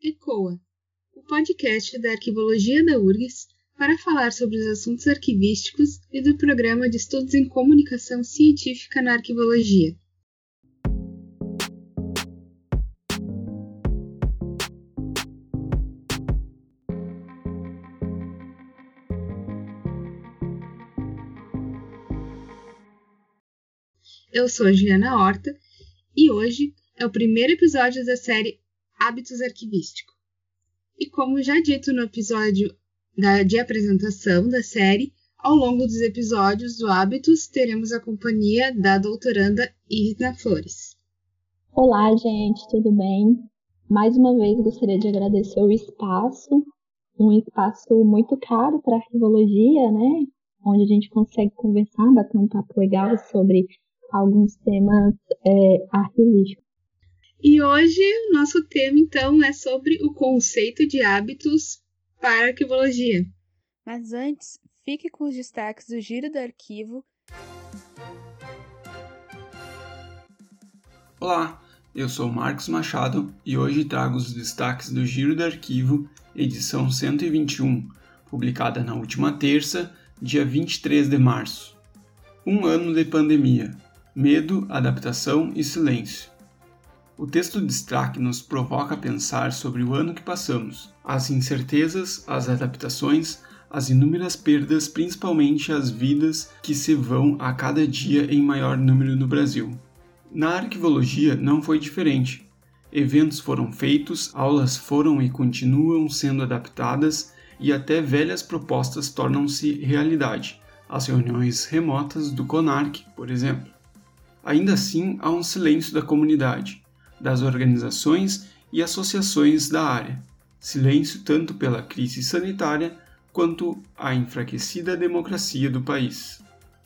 ECOA, o podcast da Arquivologia da URGS para falar sobre os assuntos arquivísticos e do Programa de Estudos em Comunicação Científica na Arquivologia. Eu sou a Juliana Horta e hoje é o primeiro episódio da série Hábitos Arquivísticos. E como já dito no episódio de apresentação da série, ao longo dos episódios do Hábitos teremos a companhia da doutoranda Irina Flores. Olá, gente, tudo bem? Mais uma vez gostaria de agradecer o espaço, um espaço muito caro para a arquivologia, né? Onde a gente consegue conversar, bater um papo legal sobre alguns temas arquivísticos. E hoje o nosso tema, então, é sobre o conceito de hábitos para a arquivologia. Mas antes, fique com os destaques do Giro do Arquivo. Olá, eu sou Marcos Machado e hoje trago os destaques do Giro do Arquivo, edição 121, publicada na última terça, dia 23 de março. Um ano de pandemia. Medo, adaptação e silêncio. O texto de Strack nos provoca a pensar sobre o ano que passamos, as incertezas, as adaptações, as inúmeras perdas, principalmente as vidas que se vão a cada dia em maior número no Brasil. Na arquivologia não foi diferente. Eventos foram feitos, aulas foram e continuam sendo adaptadas e até velhas propostas tornam-se realidade. As reuniões remotas do CONARC, por exemplo. Ainda assim, há um silêncio da comunidade, das organizações e associações da área. Silêncio tanto pela crise sanitária quanto a enfraquecida democracia do país.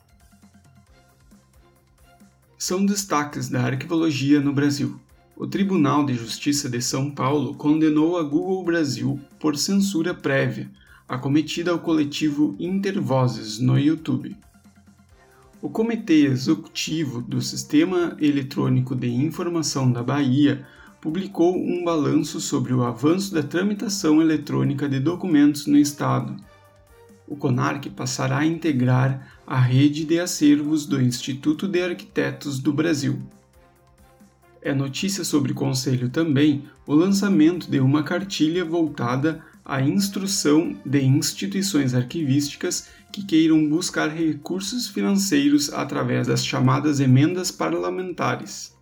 São destaques da arquivologia no Brasil. O Tribunal de Justiça de São Paulo condenou a Google Brasil por censura prévia, acometida ao coletivo Intervozes no YouTube. O Comitê Executivo do Sistema Eletrônico de Informação da Bahia publicou um balanço sobre o avanço da tramitação eletrônica de documentos no Estado. O CONARC passará a integrar a rede de acervos do Instituto de Arquitetos do Brasil. É notícia sobre o Conselho também o lançamento de uma cartilha voltada à instrução de instituições arquivísticas que queiram buscar recursos financeiros através das chamadas emendas parlamentares.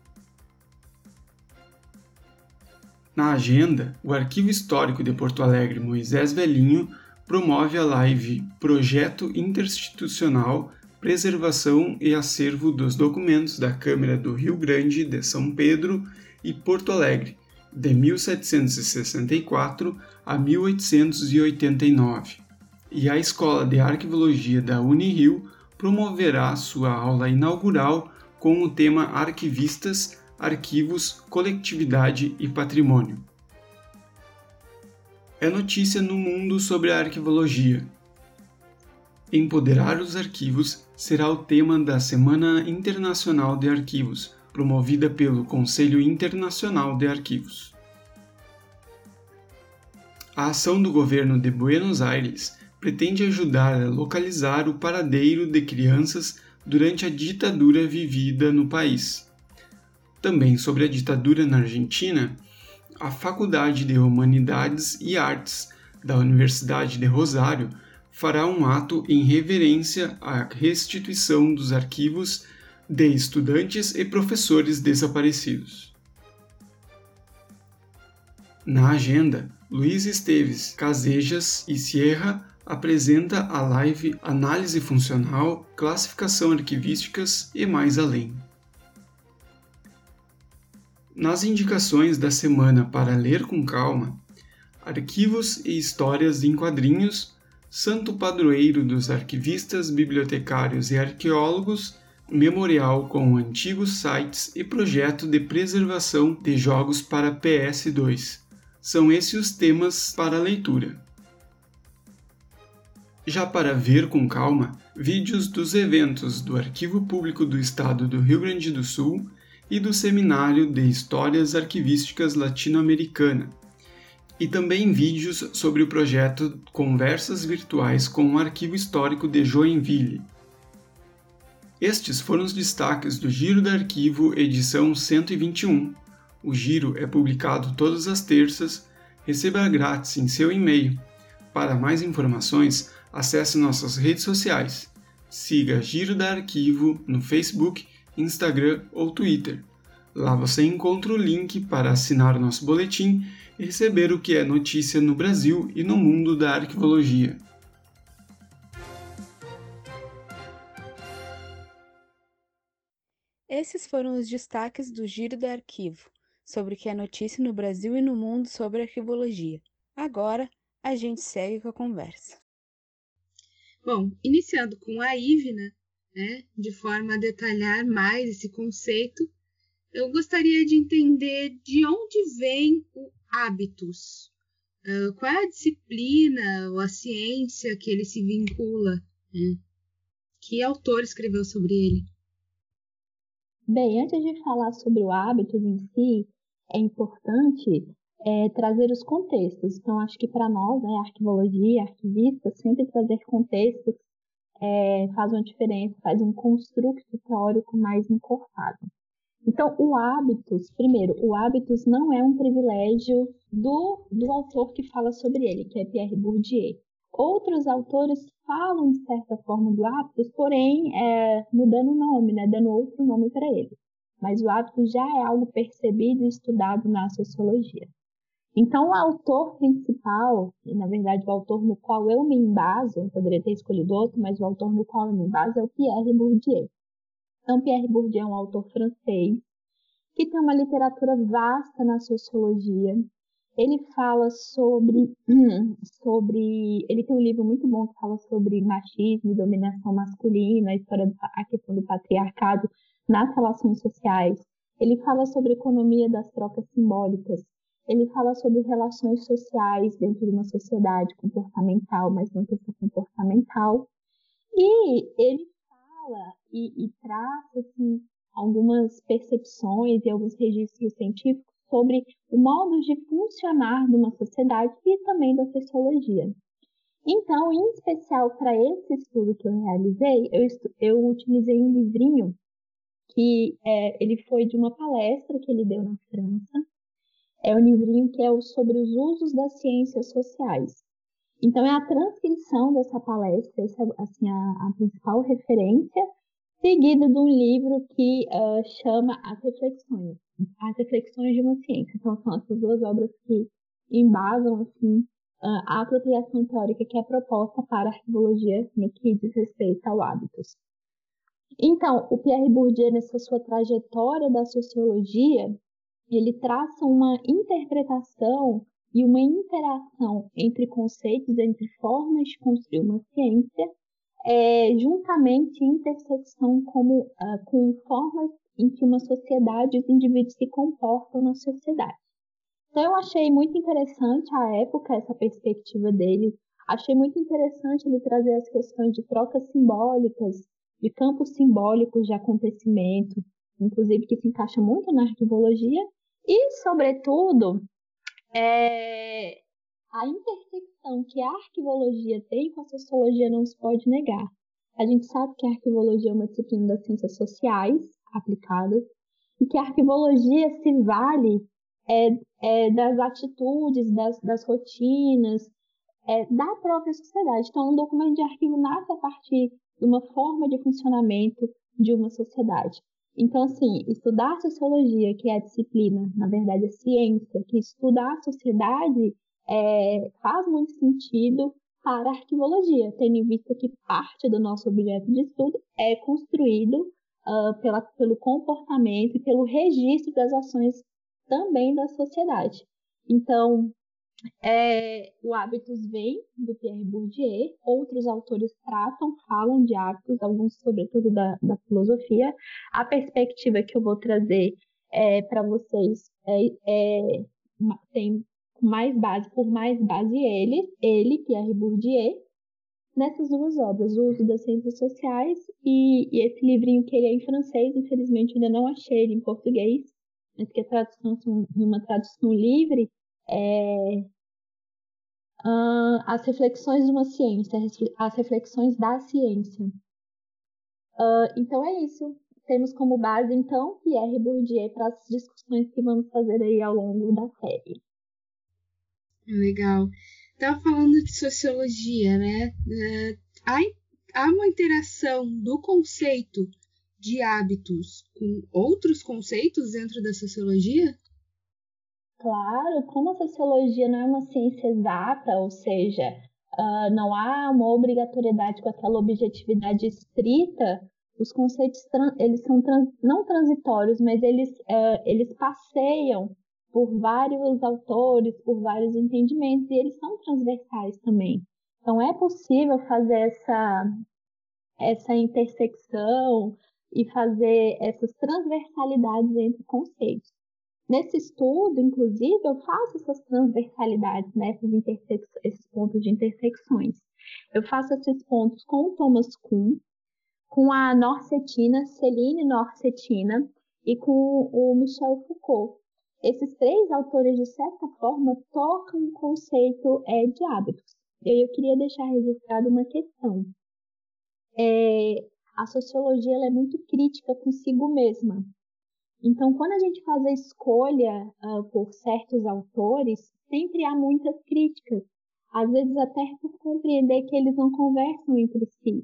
Na agenda, o Arquivo Histórico de Porto Alegre Moisés Velhinho promove a live Projeto Interinstitucional Preservação e Acervo dos Documentos da Câmara do Rio Grande de São Pedro e Porto Alegre, de 1764 a 1889. E a Escola de Arquivologia da Unirio promoverá sua aula inaugural com o tema Arquivistas, Arquivos, Coletividade e Patrimônio. É notícia no mundo sobre a arquivologia. Empoderar os arquivos será o tema da Semana Internacional de Arquivos, promovida pelo Conselho Internacional de Arquivos. A ação do governo de Buenos Aires pretende ajudar a localizar o paradeiro de crianças durante a ditadura vivida no país. Também sobre a ditadura na Argentina, a Faculdade de Humanidades e Artes da Universidade de Rosário fará um ato em reverência à restituição dos arquivos de estudantes e professores desaparecidos. Na agenda, Luiz Esteves Casejas e Sierra apresenta a live Análise Funcional, Classificação Arquivísticas e mais além. Nas indicações da semana para ler com calma, Arquivos e Histórias em Quadrinhos, Santo Padroeiro dos Arquivistas, Bibliotecários e Arqueólogos, Memorial com antigos sites e projeto de preservação de jogos para PS2. São esses os temas para leitura. Já para ver com calma, vídeos dos eventos do Arquivo Público do Estado do Rio Grande do Sul e do Seminário de Histórias Arquivísticas Latino-Americana, e também vídeos sobre o projeto Conversas Virtuais com o Arquivo Histórico de Joinville. Estes foram os destaques do Giro do Arquivo, edição 121. O Giro é publicado todas as terças. Receba grátis em seu e-mail. Para mais informações, acesse nossas redes sociais. Siga Giro do Arquivo no Facebook, Instagram ou Twitter. Lá você encontra o link para assinar o nosso boletim e receber o que é notícia no Brasil e no mundo da arquivologia. Esses foram os destaques do Giro do Arquivo, sobre o que é notícia no Brasil e no mundo sobre arquivologia. Agora, a gente segue com a conversa. Bom, iniciando com a Ivna, de forma a detalhar mais esse conceito, eu gostaria de entender de onde vem o habitus. Qual é a disciplina ou a ciência que ele se vincula? Que autor escreveu sobre ele? Bem, antes de falar sobre o habitus em si, é importante trazer os contextos. Então, acho que para nós, arquivologia, arquivista, sempre trazer contextos faz uma diferença, faz um construto teórico mais encorpado. Então, o habitus não é um privilégio do autor que fala sobre ele, que é Pierre Bourdieu. Outros autores falam, de certa forma, do habitus, porém, mudando o nome, dando outro nome para ele. Mas o habitus já é algo percebido e estudado na sociologia. Então, o autor principal, e na verdade o autor no qual eu me embaso, eu poderia ter escolhido outro, mas o autor no qual eu me embaso é o Pierre Bourdieu. Então, Pierre Bourdieu é um autor francês que tem uma literatura vasta na sociologia. Ele fala ele tem um livro muito bom que fala sobre machismo e dominação masculina, a questão do patriarcado nas relações sociais. Ele fala sobre economia das trocas simbólicas. Ele fala sobre relações sociais dentro de uma sociedade comportamental, mas uma questão comportamental. E ele fala e traça assim, algumas percepções e alguns registros científicos sobre o modo de funcionar de uma sociedade e também da sociologia. Então, em especial para esse estudo que eu realizei, eu utilizei um livrinho que ele foi de uma palestra que ele deu na França. É um livrinho que é sobre os usos das ciências sociais. Então, é a transcrição dessa palestra, essa é assim, a principal referência, seguida de um livro que chama As Reflexões de uma Ciência. Então, são essas duas obras que embasam assim, a apropriação teórica que é proposta para a arquivologia no que diz respeito ao habitus. Então, o Pierre Bourdieu, nessa sua trajetória da sociologia, ele traça uma interpretação e uma interação entre conceitos, entre formas de construir uma ciência, juntamente em intersecção com formas em que uma sociedade e os indivíduos se comportam na sociedade. Então, eu achei muito interessante à época essa perspectiva dele. Achei muito interessante ele trazer as questões de trocas simbólicas, de campos simbólicos de acontecimento, inclusive que se encaixa muito na arquivologia, e, sobretudo, a intersecção que a arquivologia tem com a sociologia não se pode negar. A gente sabe que a arquivologia é uma disciplina das ciências sociais aplicadas e que a arquivologia se vale das atitudes, das rotinas, da própria sociedade. Então, um documento de arquivo nasce a partir de uma forma de funcionamento de uma sociedade. Então, assim, estudar a sociologia, que é a disciplina, na verdade, a ciência, que estuda a sociedade, faz muito sentido para a arquivologia, tendo em vista que parte do nosso objeto de estudo é construído pelo comportamento e pelo registro das ações também da sociedade. Então, o habitus vem do Pierre Bourdieu, outros autores falam de hábitos, alguns sobretudo da filosofia. A perspectiva que eu vou trazer para vocês tem por mais base ele, Pierre Bourdieu, nessas duas obras, O Uso das Ciências Sociais e esse livrinho que ele é em francês, infelizmente ainda não achei ele em português, mas que a tradução, em uma tradução livre, as reflexões de uma ciência, as reflexões da ciência. Então é isso. Temos como base, então, Pierre Bourdieu para as discussões que vamos fazer aí ao longo da série. Legal. Estava falando de sociologia, né? Há uma interação do conceito de hábitos com outros conceitos dentro da sociologia? Claro, como a sociologia não é uma ciência exata, ou seja, não há uma obrigatoriedade com aquela objetividade estrita, os conceitos eles são não transitórios, mas eles passeiam por vários autores, por vários entendimentos, e eles são transversais também. Então, é possível fazer essa intersecção e fazer essas transversalidades entre conceitos. Nesse estudo, inclusive, eu faço essas transversalidades, né, esses pontos de intersecções. Eu faço esses pontos com o Thomas Kuhn, com a Norcetina, Céline Norcetina, e com o Michel Foucault. Esses três autores, de certa forma, tocam o conceito de hábitos. Eu queria deixar registrado uma questão. A sociologia ela é muito crítica consigo mesma. Então, quando a gente faz a escolha por certos autores, sempre há muitas críticas. Às vezes até por compreender que eles não conversam entre si.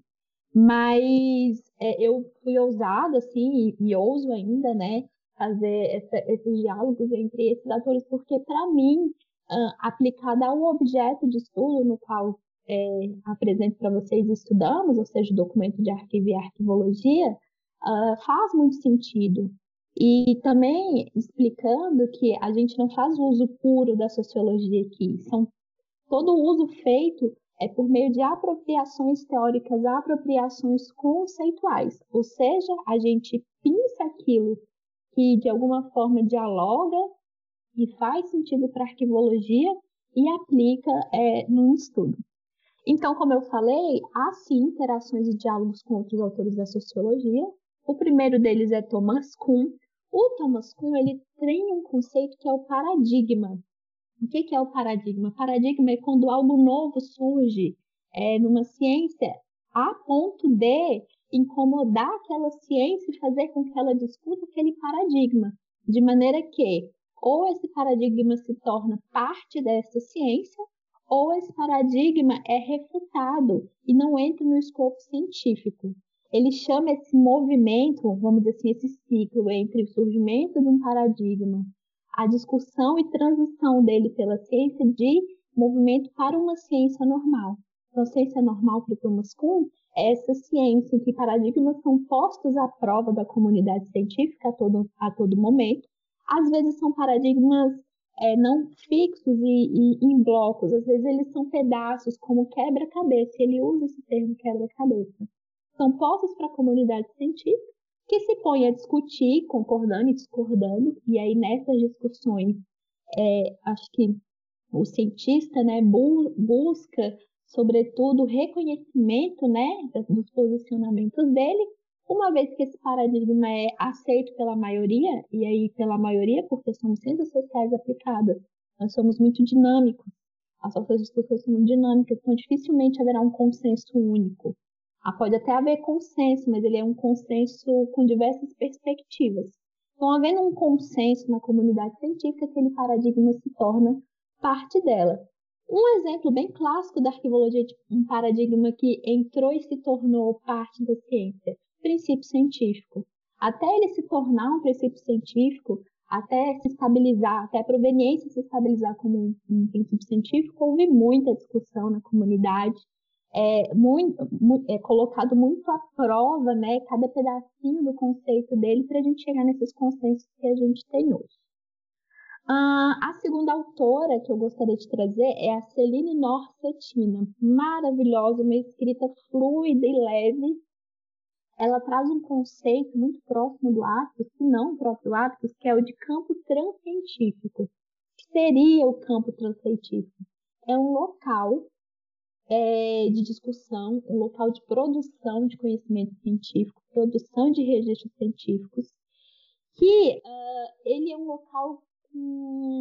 Mas eu fui ousada, assim, e ouso ainda, né, fazer esses diálogos entre esses autores, porque, para mim, aplicada ao objeto de estudo no qual apresento para vocês e estudamos, ou seja, o documento de arquivo e arquivologia, faz muito sentido. E também explicando que a gente não faz o uso puro da sociologia aqui, todo o uso feito é por meio de apropriações teóricas, apropriações conceituais, ou seja, a gente pinça aquilo que de alguma forma dialoga e faz sentido para a arquivologia e aplica num estudo. Então, como eu falei, há sim interações e diálogos com outros autores da sociologia. O primeiro deles é Thomas Kuhn. O Thomas Kuhn ele tem um conceito que é o paradigma. O que é o paradigma? Paradigma é quando algo novo surge numa ciência a ponto de incomodar aquela ciência e fazer com que ela discuta aquele paradigma, de maneira que ou esse paradigma se torna parte dessa ciência, ou esse paradigma é refutado e não entra no escopo científico. Ele chama esse movimento, vamos dizer assim, esse ciclo entre o surgimento de um paradigma, a discussão e transição dele pela ciência de movimento para uma ciência normal. Então, a ciência normal para o Thomas Kuhn é essa ciência em que paradigmas são postos à prova da comunidade científica a todo momento. Às vezes são paradigmas não fixos e em blocos, às vezes eles são pedaços, como quebra-cabeça, ele usa esse termo quebra-cabeça. São postos para a comunidade científica, que se põe a discutir, concordando e discordando, e aí nessas discussões, acho que o cientista, né, busca, sobretudo, o reconhecimento, né, dos posicionamentos dele, uma vez que esse paradigma é aceito pela maioria, e aí pela maioria, porque somos ciências sociais aplicadas, nós somos muito dinâmicos, as nossas discussões são muito dinâmicas, então dificilmente haverá um consenso único. Pode até haver consenso, mas ele é um consenso com diversas perspectivas. Então, havendo um consenso na comunidade científica, aquele paradigma se torna parte dela. Um exemplo bem clássico da arquivologia de um paradigma que entrou e se tornou parte da ciência, princípio científico. Até ele se tornar um princípio científico, até se estabilizar, até a proveniência se estabilizar como um princípio científico, houve muita discussão na comunidade, colocado muito à prova, né, cada pedacinho do conceito dele para a gente chegar nesses consensos que a gente tem hoje. A segunda autora que eu gostaria de trazer é a Céline Norcetina, maravilhosa, uma escrita fluida e leve. Ela traz um conceito muito próximo do Hábitos, se não o próprio Hábitos, que é o de campo transcientífico. O que seria o campo transcientífico? É um local de discussão, um local de produção de conhecimento científico, produção de registros científicos, que ele é um local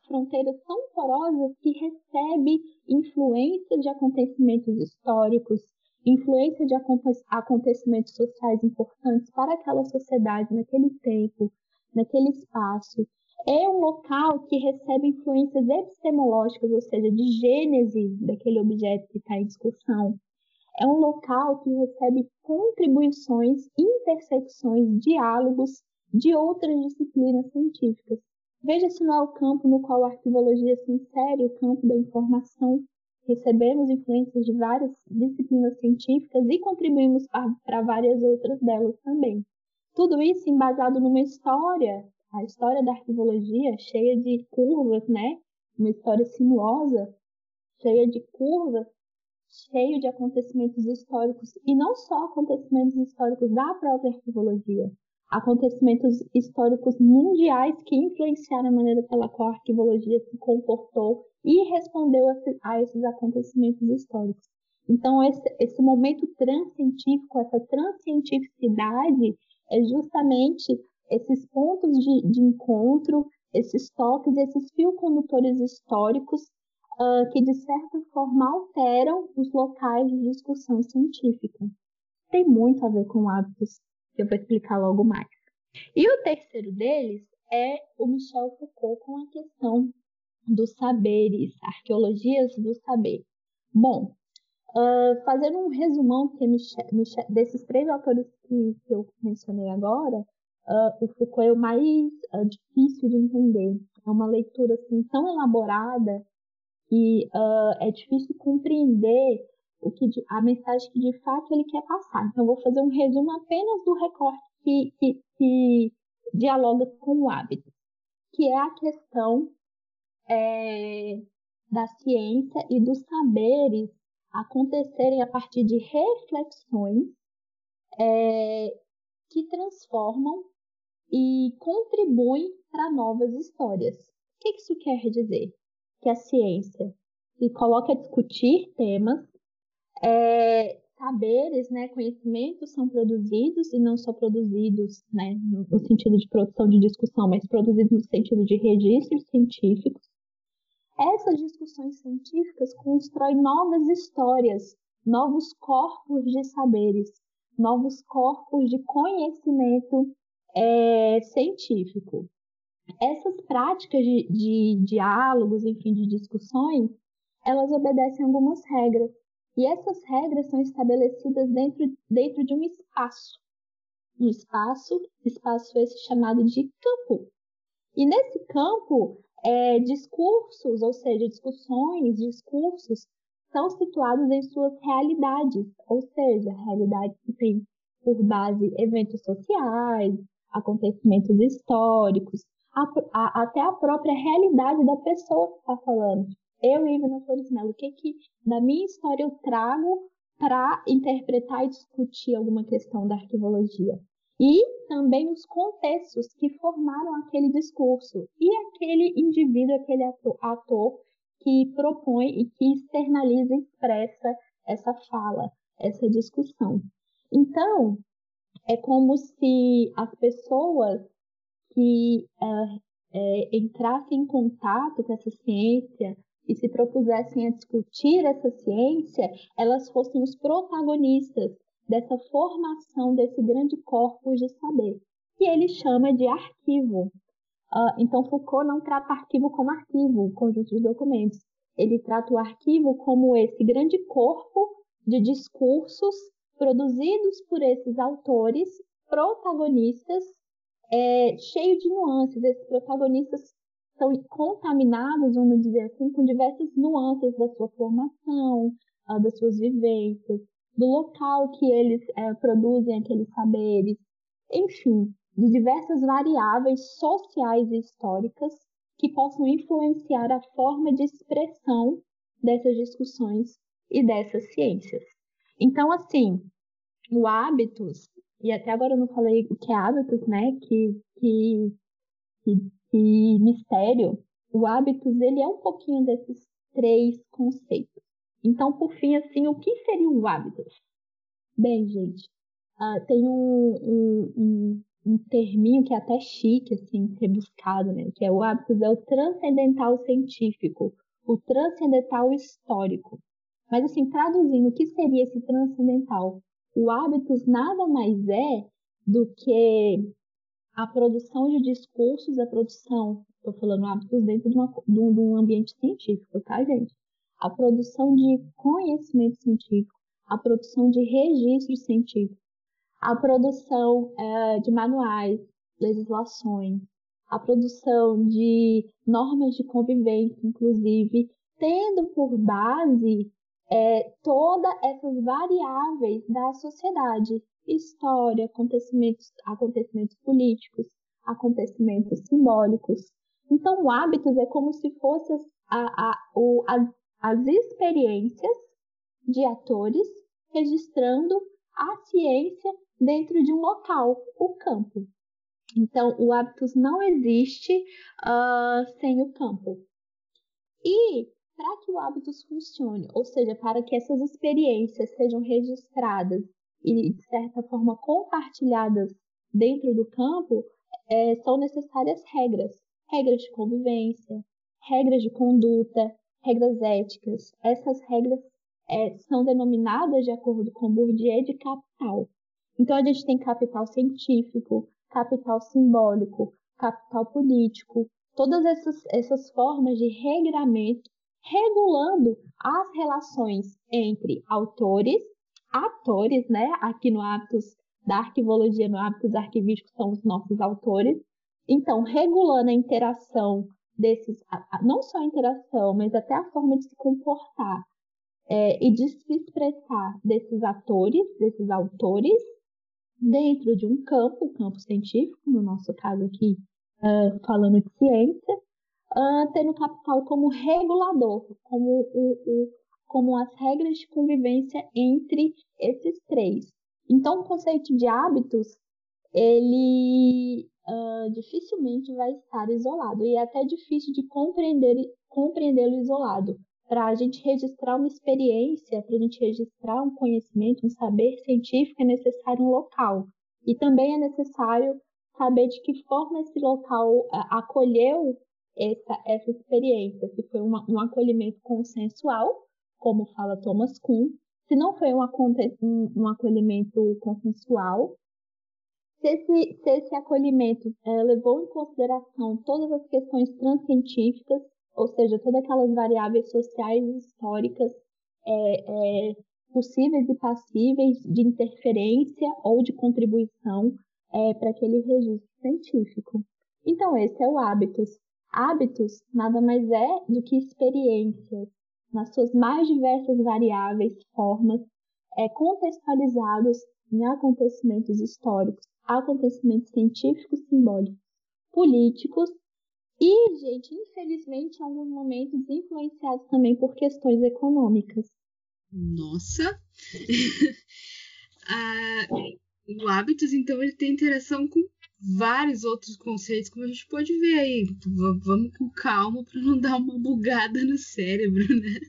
fronteiras tão porosas que recebe influência de acontecimentos históricos, influência de acontecimentos sociais importantes para aquela sociedade naquele tempo, naquele espaço. É um local que recebe influências epistemológicas, ou seja, de gênese daquele objeto que está em discussão. É um local que recebe contribuições, intersecções, diálogos de outras disciplinas científicas. Veja se não é o campo no qual a arquivologia se insere, o campo da informação. Recebemos influências de várias disciplinas científicas e contribuímos para várias outras delas também. Tudo isso embasado numa história, a história da arquivologia, cheia de curvas, né? Uma história sinuosa, cheia de curvas, cheio de acontecimentos históricos, e não só acontecimentos históricos da própria arquivologia, acontecimentos históricos mundiais que influenciaram a maneira pela qual a arquivologia se comportou e respondeu a esses acontecimentos históricos. Então, esse momento transcientífico, essa transcientificidade, é justamente esses pontos de encontro, esses toques, esses fios condutores históricos que, de certa forma, alteram os locais de discussão científica. Tem muito a ver com hábitos, que eu vou explicar logo mais. E o terceiro deles é o Michel Foucault com a questão dos saberes, arqueologias do saber. Bom, fazendo um resumão que desses três autores que eu mencionei agora, o Foucault é o mais difícil de entender. É uma leitura assim, tão elaborada e é difícil compreender a mensagem que de fato ele quer passar. Então, eu vou fazer um resumo apenas do recorte que dialoga com o hábito, que é a questão da ciência e dos saberes acontecerem a partir de reflexões que transformam e contribuem para novas histórias. O que isso quer dizer? Que a ciência se coloca a discutir temas, saberes, né, conhecimentos são produzidos, e não só produzidos, né, no sentido de produção de discussão, mas produzidos no sentido de registros científicos. Essas discussões científicas constroem novas histórias, novos corpos de saberes, novos corpos de conhecimento científico. Essas práticas de diálogos, enfim, de discussões, elas obedecem a algumas regras. E essas regras são estabelecidas dentro de um espaço. Espaço esse chamado de campo. E nesse campo, discursos, ou seja, discursos, são situados em suas realidades, ou seja, realidades que têm por base eventos sociais, acontecimentos históricos, até a própria realidade da pessoa que está falando. Eu, Ivna Flores Mello, o que da minha história eu trago para interpretar e discutir alguma questão da arquivologia? E também os contextos que formaram aquele discurso e aquele indivíduo, aquele ator que propõe e que externaliza e expressa essa fala, essa discussão. Então, é como se as pessoas que entrassem em contato com essa ciência e se propusessem a discutir essa ciência, elas fossem os protagonistas dessa formação desse grande corpus de saber, que ele chama de arquivo. Então, Foucault não trata arquivo como arquivo, conjunto de documentos. Ele trata o arquivo como esse grande corpo de discursos produzidos por esses autores, protagonistas, cheio de nuances. Esses protagonistas são contaminados, vamos dizer assim, com diversas nuances da sua formação, das suas vivências, do local que eles produzem aqueles saberes, enfim, de diversas variáveis sociais e históricas que possam influenciar a forma de expressão dessas discussões e dessas ciências. Então, assim, o hábitos, e até agora eu não falei o que é hábitos, né, que mistério, o hábitos, ele é um pouquinho desses três conceitos. Então, por fim, assim, o que seria o hábitos? Bem, gente, tem um terminho que é até chique, assim, rebuscado, né? Que é o hábitos, é o transcendental científico, o transcendental histórico. Mas, assim, traduzindo, o que seria esse transcendental? O hábitos nada mais é do que a produção de discursos, estou falando hábitos dentro de um ambiente científico, tá, gente? A produção de conhecimento científico, a produção de registros científicos, a produção de manuais, legislações, a produção de normas de convivência, inclusive, tendo por base todas essas variáveis da sociedade, história, acontecimentos políticos, acontecimentos simbólicos. Então, o hábitos é como se fossem as experiências de atores registrando a ciência dentro de um local, o campo. Então, o hábitos não existe sem o campo. E para que o hábitos funcione, ou seja, para que essas experiências sejam registradas e, de certa forma, compartilhadas dentro do campo, são necessárias regras de convivência, regras de conduta, regras éticas. Essas regras são denominadas, de acordo com Bourdieu, de capital. Então, a gente tem capital científico, capital simbólico, capital político, todas essas formas de regramento, regulando as relações entre autores, atores, né? Aqui no hábitos da arquivologia, no hábitos arquivísticos, são os nossos autores. Então, regulando a interação desses, não só a interação, mas até a forma de se comportar e de se expressar desses atores, desses autores, dentro de um campo científico, no nosso caso aqui, falando de ciência, tendo o capital como regulador, como as regras de convivência entre esses três. Então, o conceito de hábitos, ele dificilmente vai estar isolado, e é até difícil de compreendê-lo isolado. Para a gente registrar uma experiência, para a gente registrar um conhecimento, um saber científico, é necessário um local. E também é necessário saber de que forma esse local acolheu essa experiência. Se foi um acolhimento consensual, como fala Thomas Kuhn, se não foi um acolhimento consensual, se esse acolhimento levou em consideração todas as questões transcientíficas, ou seja, todas aquelas variáveis sociais e históricas possíveis e passíveis de interferência ou de contribuição para aquele registro científico. Então, esse é o hábitos. Hábitos nada mais é do que experiências, nas suas mais diversas variáveis, formas, contextualizados em acontecimentos históricos, acontecimentos científicos, simbólicos, políticos e, gente, infelizmente, em alguns momentos influenciados também por questões econômicas. Nossa! O hábitos, então, ele tem interação com vários outros conceitos, como a gente pode ver aí. Vamos com calma para não dar uma bugada no cérebro, né?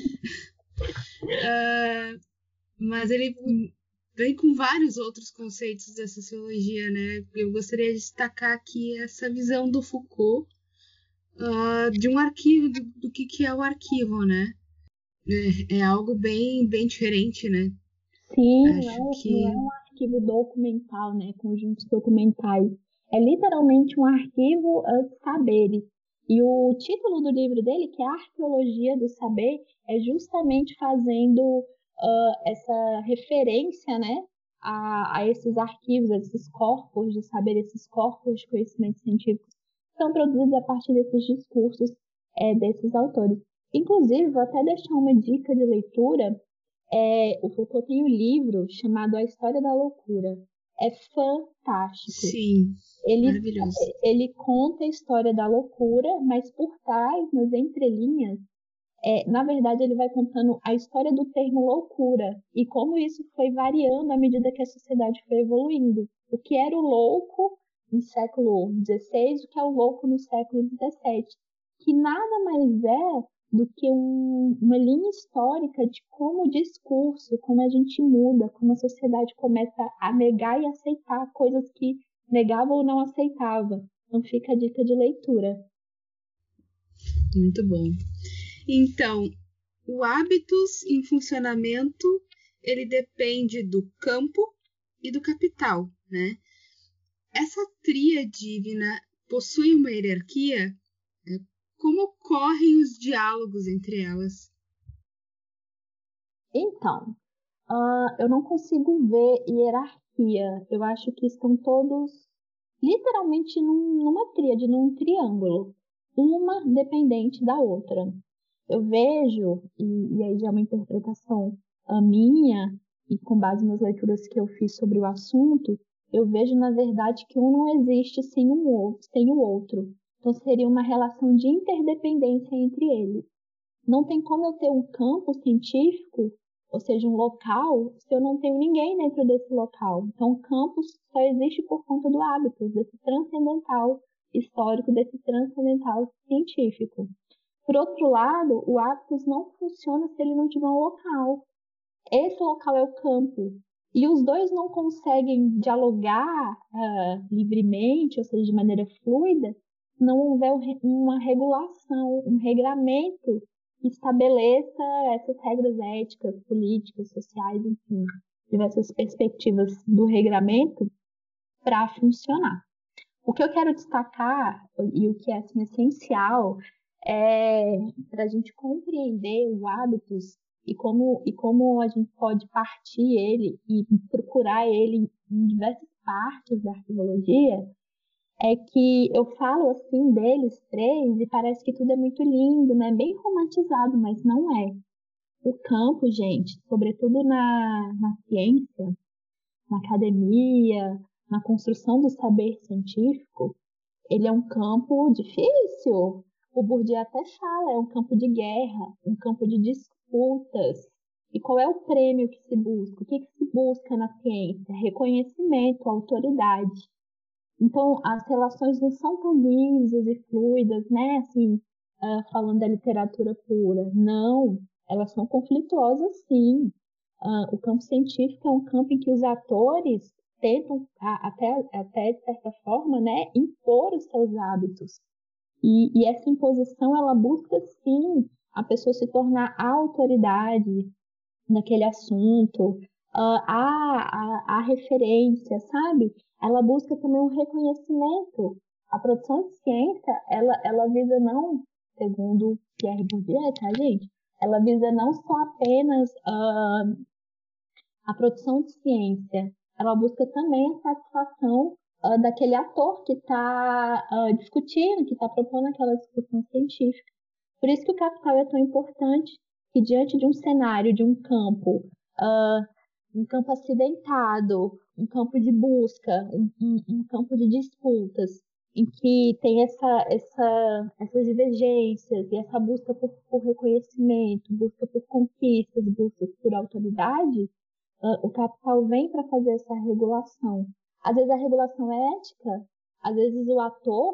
Mas ele vem com vários outros conceitos da sociologia, né? Eu gostaria de destacar aqui essa visão do Foucault de um arquivo, do que é o arquivo, né? É algo bem, bem diferente, né? Sim, não é um arquivo documental, né? Conjuntos documentais. É literalmente um arquivo de saberes. E o título do livro dele, que é a Arqueologia do Saber, é justamente fazendo essa referência, né, a esses arquivos, a esses corpos de saber, esses corpos de conhecimento científico que são produzidos a partir desses discursos desses autores. Inclusive, vou até deixar uma dica de leitura. O Foucault tem um livro chamado A História da Loucura. É fantástico. Sim, maravilhoso. Ele conta a história da loucura, mas por trás, nas entrelinhas, na verdade, ele vai contando a história do termo loucura e como isso foi variando à medida que a sociedade foi evoluindo. O que era o louco no século XVI, o que é o louco no século XVII, que nada mais é do que uma linha histórica de como o discurso, como a gente muda, como a sociedade começa a negar e aceitar coisas que negava ou não aceitava. Então fica a dica de leitura. Muito bom. Então, o hábitos em funcionamento, ele depende do campo e do capital, né? Essa tríade possui uma hierarquia? Como ocorrem os diálogos entre elas? Então, eu não consigo ver hierarquia. Eu acho que estão todos literalmente numa tríade, num triângulo, uma dependente da outra. Eu vejo, e aí já é uma interpretação minha, e com base nas leituras que eu fiz sobre o assunto, eu vejo, na verdade, que um não existe sem o outro. Então, seria uma relação de interdependência entre eles. Não tem como eu ter um campo científico, ou seja, um local, se eu não tenho ninguém dentro desse local. Então, o campus só existe por conta do hábito, desse transcendental histórico, desse transcendental científico. Por outro lado, o hábitos não funciona se ele não tiver um local. Esse local é o campo. E os dois não conseguem dialogar livremente, ou seja, de maneira fluida, se não houver uma regulação, um regramento que estabeleça essas regras éticas, políticas, sociais, enfim, diversas perspectivas do regramento para funcionar. O que eu quero destacar, e o que é assim, essencial, é para a gente compreender o hábitos e como a gente pode partir ele e procurar ele em diversas partes da arqueologia, é que eu falo assim deles três e parece que tudo é muito lindo, né? Bem romantizado, mas não é. O campo, gente, sobretudo na ciência, na academia, na construção do saber científico, ele é um campo difícil. O Bourdieu até fala, é um campo de guerra, um campo de disputas. E qual é o prêmio que se busca? O que se busca na ciência? Reconhecimento, autoridade. Então, as relações não são tão lisas e fluidas, né? Assim, falando da literatura pura. Não, elas são conflituosas, sim. O campo científico é um campo em que os atores tentam, até de certa forma, né, impor os seus hábitos. E essa imposição, ela busca, sim, a pessoa se tornar a autoridade naquele assunto, a referência, sabe? Ela busca também um reconhecimento. A produção de ciência, ela visa não, segundo Pierre Bourdieu, tá, gente? Ela visa não só apenas a produção de ciência, ela busca também a satisfação daquele ator que está discutindo, que está propondo aquela discussão científica. Por isso que o capital é tão importante, que diante de um cenário, de um campo acidentado, um campo de busca, um campo de disputas, em que tem essas divergências e essa busca por reconhecimento, busca por conquistas, busca por autoridade, o capital vem para fazer essa regulação. Às vezes a regulação é ética, às vezes o ator,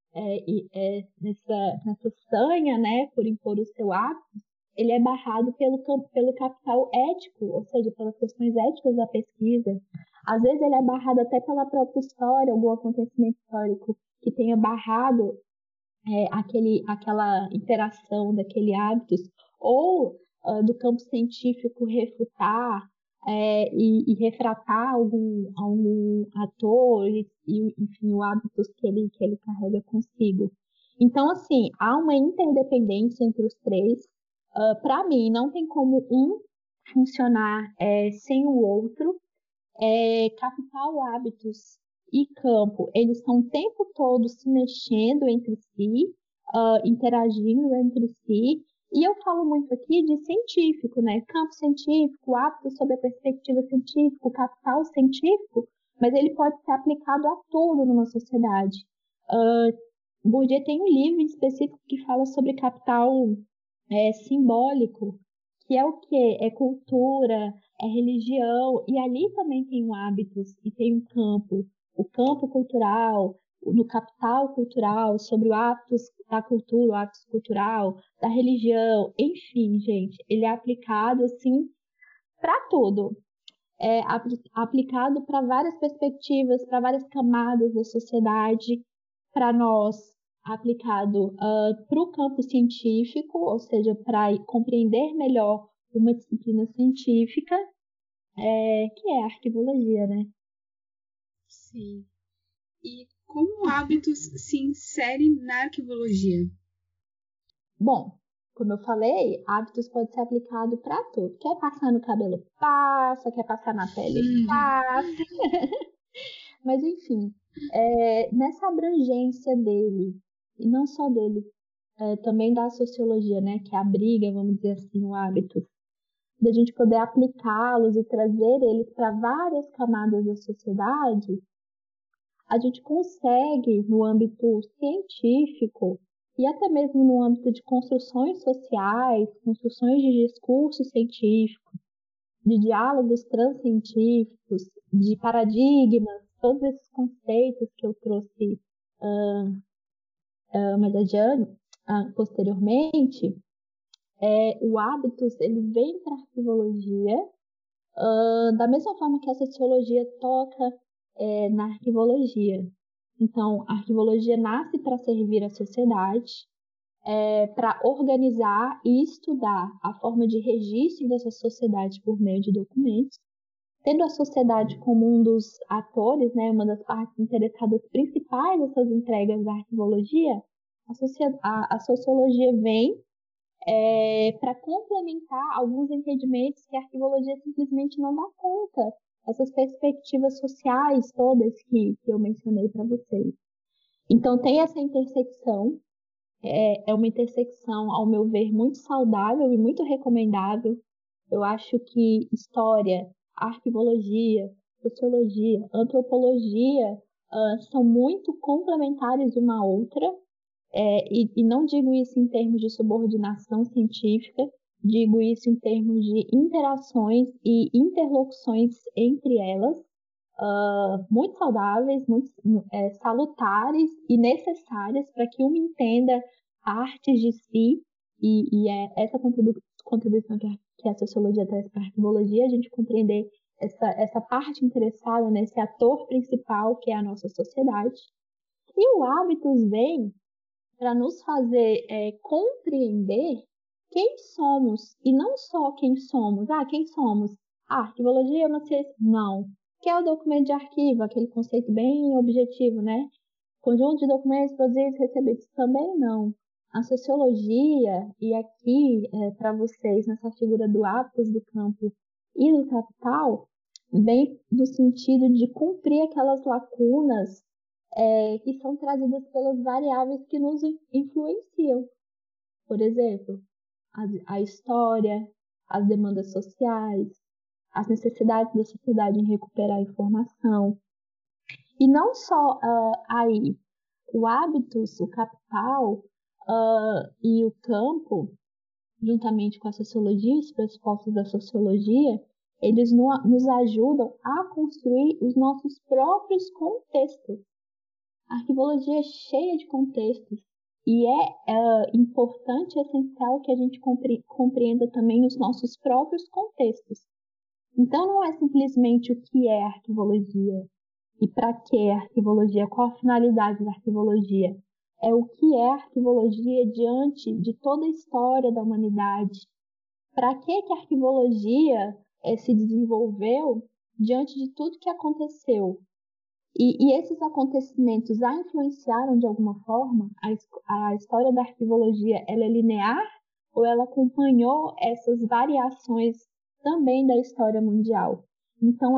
nessa sanha, né, por impor o seu hábito, ele é barrado pelo capital ético, ou seja, pelas questões éticas da pesquisa. Às vezes ele é barrado até pela própria história, algum acontecimento histórico que tenha barrado aquela interação daquele hábitos, ou do campo científico refutar e refratar algum ator e enfim, o hábitos que ele carrega consigo. Então, assim, há uma interdependência entre os três. Para mim, não tem como um funcionar sem o outro. Capital, hábitos e campo, eles estão o tempo todo se mexendo entre si, interagindo entre si. E eu falo muito aqui de científico, né? Campo científico, hábitos sob a perspectiva científica, capital científico, mas ele pode ser aplicado a tudo numa sociedade. Bourdieu tem um livro em específico que fala sobre capital simbólico, que é o quê? É cultura, é religião, e ali também tem hábitos e tem um campo, o campo cultural, no capital cultural, sobre o hábitos da cultura, o hábitos cultural, da religião, enfim, gente, ele é aplicado assim para tudo. aplicado para várias perspectivas, para várias camadas da sociedade, para nós, aplicado para o campo científico, ou seja, para compreender melhor uma disciplina científica, que é a arquivologia, né? Sim. E como hábitos se insere na arquivologia? Bom, como eu falei, hábitos pode ser aplicado para tudo. Quer passar no cabelo? Passa. Quer passar na pele? Passa. Mas, enfim, nessa abrangência dele, e não só dele, também da sociologia, né, que abriga, vamos dizer assim, o hábito, da gente poder aplicá-los e trazer eles para várias camadas da sociedade, a gente consegue, no âmbito científico, e até mesmo no âmbito de construções sociais, construções de discursos científicos, de diálogos transcientíficos, de paradigmas, todos esses conceitos que eu trouxe mais adiante, posteriormente, o hábitos ele vem para a arquivologia, da mesma forma que a sociologia toca na arquivologia. Então, a arquivologia nasce para servir a sociedade, para organizar e estudar a forma de registro dessa sociedade por meio de documentos, tendo a sociedade como um dos atores, né, uma das partes interessadas principais dessas entregas da arquivologia. A sociologia vem para complementar alguns entendimentos que a arquivologia simplesmente não dá conta, essas perspectivas sociais todas que eu mencionei para vocês. Então, tem essa intersecção, é uma intersecção, ao meu ver, muito saudável e muito recomendável. Eu acho que história, arquivologia, sociologia, antropologia são muito complementares uma à outra, e não digo isso em termos de subordinação científica, digo isso em termos de interações e interlocuções entre elas, muito saudáveis, muito salutares e necessárias para que uma entenda partes de si, e é essa contribuição que a sociologia traz para a arquivologia, a gente compreender essa parte interessada nesse ator principal que é a nossa sociedade. E o hábitos vem para nos fazer compreender quem somos, e não só quem somos. Quem somos? Arquivologia é uma ciência? Não. Que é o documento de arquivo, aquele conceito bem objetivo, né? Conjunto de documentos produzidos e recebidos? Também não. A sociologia, e aqui para vocês, nessa figura do hábitos do campo e do capital, vem no sentido de cumprir aquelas lacunas que são trazidas pelas variáveis que nos influenciam. Por exemplo, a história, as demandas sociais, as necessidades da sociedade em recuperar informação. E não só aí, o hábitos, o capital e o campo, juntamente com a sociologia, os pressupostos da sociologia, eles nos ajudam a construir os nossos próprios contextos. A arquivologia é cheia de contextos e é importante e essencial que a gente compreenda também os nossos próprios contextos. Então, não é simplesmente o que é arquivologia e para que é arquivologia, qual a finalidade da arquivologia. É o que é arquivologia diante de toda a história da humanidade. Para que a arquivologia se desenvolveu diante de tudo que aconteceu. E esses acontecimentos a influenciaram de alguma forma? A história da arquivologia, ela é linear ou ela acompanhou essas variações também da história mundial? Então,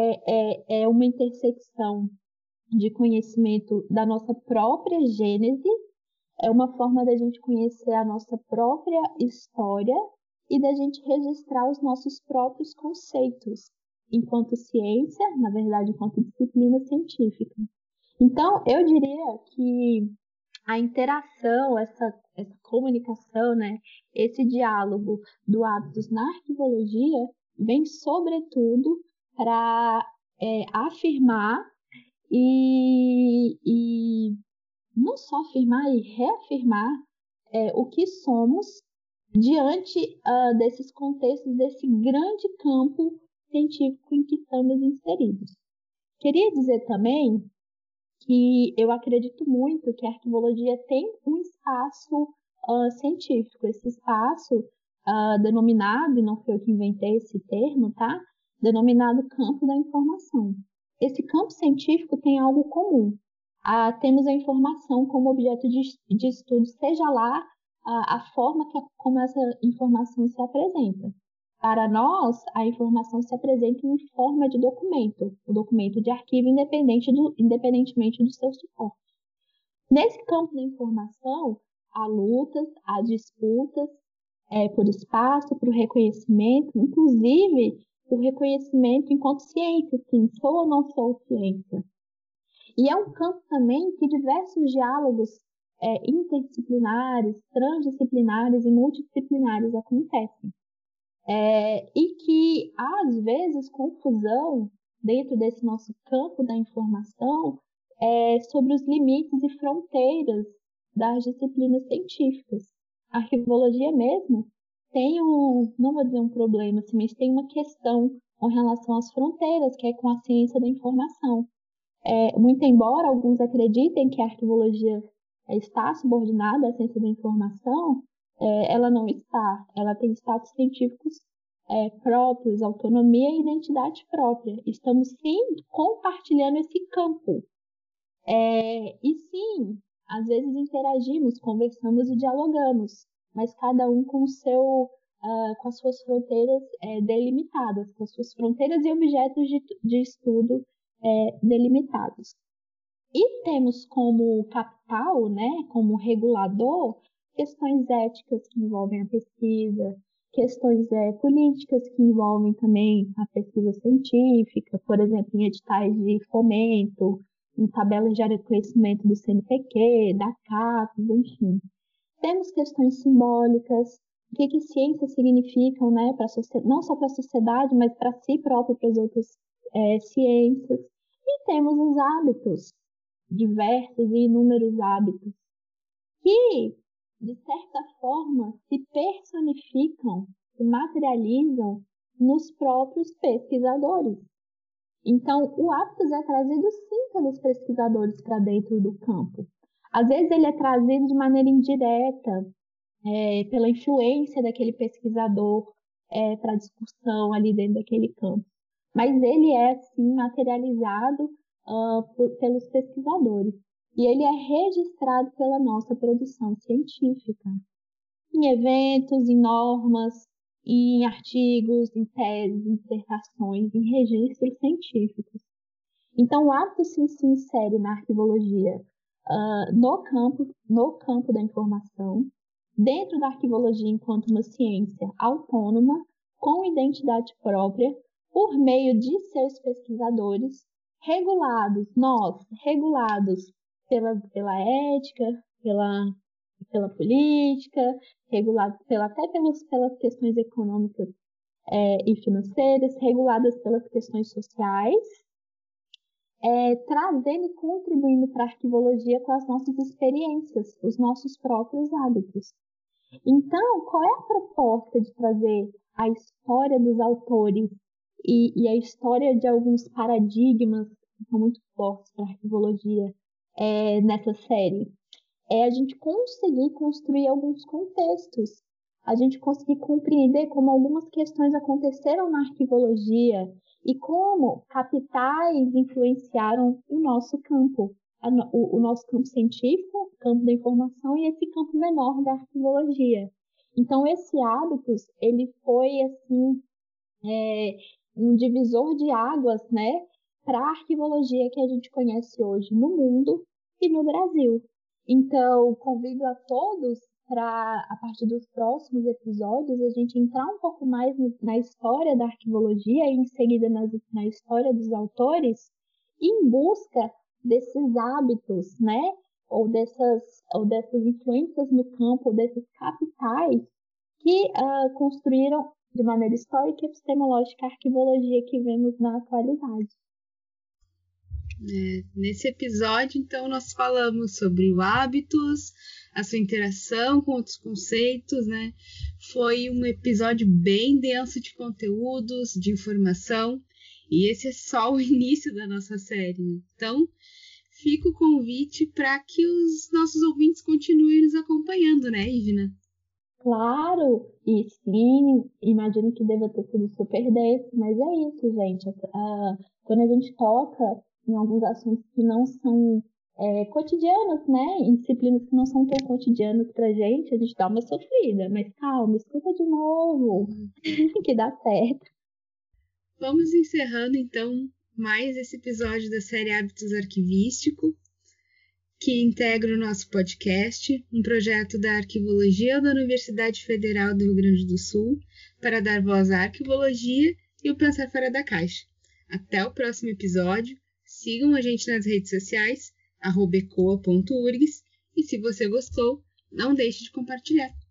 é uma intersecção de conhecimento da nossa própria gênese, é uma forma da gente conhecer a nossa própria história e da gente registrar os nossos próprios conceitos, enquanto ciência, na verdade, enquanto disciplina científica. Então, eu diria que a interação, essa comunicação, né, esse diálogo do hábitos na arquivologia vem, sobretudo, para afirmar e não só afirmar e reafirmar o que somos diante desses contextos, desse grande campo científico em que estamos inseridos. Queria dizer também que eu acredito muito que a arquivologia tem um espaço científico. Esse espaço denominado, e não foi eu que inventei esse termo, tá? Denominado campo da informação. Esse campo científico tem algo comum. Temos a informação como objeto de estudo, seja lá a forma como essa informação se apresenta. Para nós, a informação se apresenta em forma de documento, o documento de arquivo independentemente do seu suporte. Nesse campo da informação, há lutas, há disputas por espaço, por reconhecimento, inclusive o reconhecimento enquanto ciência, sim, sou ou não sou ciência. E é um campo também que diversos diálogos interdisciplinares, transdisciplinares e multidisciplinares acontecem. E que, às vezes, confusão dentro desse nosso campo da informação sobre os limites e fronteiras das disciplinas científicas. A arquivologia mesmo tem não vou dizer um problema, assim, mas tem uma questão com relação às fronteiras, que é com a ciência da informação. Muito embora alguns acreditem que a arquivologia está subordinada à ciência da informação, ela não está. Ela tem status científicos próprios, autonomia e identidade própria. Estamos, sim, compartilhando esse campo. E, sim, às vezes interagimos, conversamos e dialogamos, mas cada um com as suas fronteiras delimitadas, com as suas fronteiras e objetos de estudo delimitados. E temos como capital, né, como regulador, questões éticas que envolvem a pesquisa, questões políticas que envolvem também a pesquisa científica, por exemplo, em editais de fomento, em tabelas de área de conhecimento do CNPq, da CAPES, enfim. Temos questões simbólicas, o que ciências significam, né, não só para a sociedade, mas para si próprio, para as outras ciências. E temos os hábitos, diversos e inúmeros hábitos, que, de certa forma, se personificam, se materializam nos próprios pesquisadores. Então, o hábitos é trazido, sim, pelos pesquisadores para dentro do campo. Às vezes ele é trazido de maneira indireta, pela influência daquele pesquisador para a discussão ali dentro daquele campo. Mas ele é, sim, materializado pelos pesquisadores. E ele é registrado pela nossa produção científica. Em eventos, em normas, em artigos, em teses, em dissertações, em registros científicos. Então, o hábito se insere na arquivologia no campo da informação, dentro da arquivologia enquanto uma ciência autônoma, com identidade própria, por meio de seus pesquisadores, regulados pela ética, pela política, regulados até pelas questões econômicas e financeiras, reguladas pelas questões sociais, trazendo e contribuindo para a arquivologia com as nossas experiências, os nossos próprios hábitos. Então, qual é a proposta de trazer a história dos autores e a história de alguns paradigmas que são muito fortes para a arquivologia nessa série? É a gente conseguir construir alguns contextos, a gente conseguir compreender como algumas questões aconteceram na arquivologia e como capitais influenciaram o nosso campo, o nosso campo científico, o campo da informação e esse campo menor da arquivologia. Então, esse hábitos, ele foi, assim, um divisor de águas, né, para a arquivologia que a gente conhece hoje no mundo e no Brasil. Então, convido a todos para, a partir dos próximos episódios, a gente entrar um pouco mais na história da arquivologia e, em seguida, na história dos autores, em busca desses hábitos, né? Ou dessas influências no campo, ou desses capitais que construíram, de maneira histórica e epistemológica, a arquivologia que vemos na atualidade. Nesse episódio, então, nós falamos sobre o hábitos, a sua interação com outros conceitos, né? Foi um episódio bem denso de conteúdos, de informação, e esse é só o início da nossa série, né? Então, fica o convite para que os nossos ouvintes continuem nos acompanhando, né, Ivna? Claro, e sim, imagino que deva ter sido super denso, mas é isso, gente. Quando a gente toca em alguns assuntos que não são cotidianos, né? Em disciplinas que não são tão cotidianas pra gente, a gente dá uma sofrida, mas calma, escuta de novo, que dá certo. Vamos encerrando, então, mais esse episódio da série Hábitos Arquivístico, que integra o nosso podcast, um projeto da Arquivologia da Universidade Federal do Rio Grande do Sul, para dar voz à arquivologia e o pensar fora da caixa. Até o próximo episódio, sigam a gente nas redes sociais, @ecoa.urgs, e se você gostou, não deixe de compartilhar.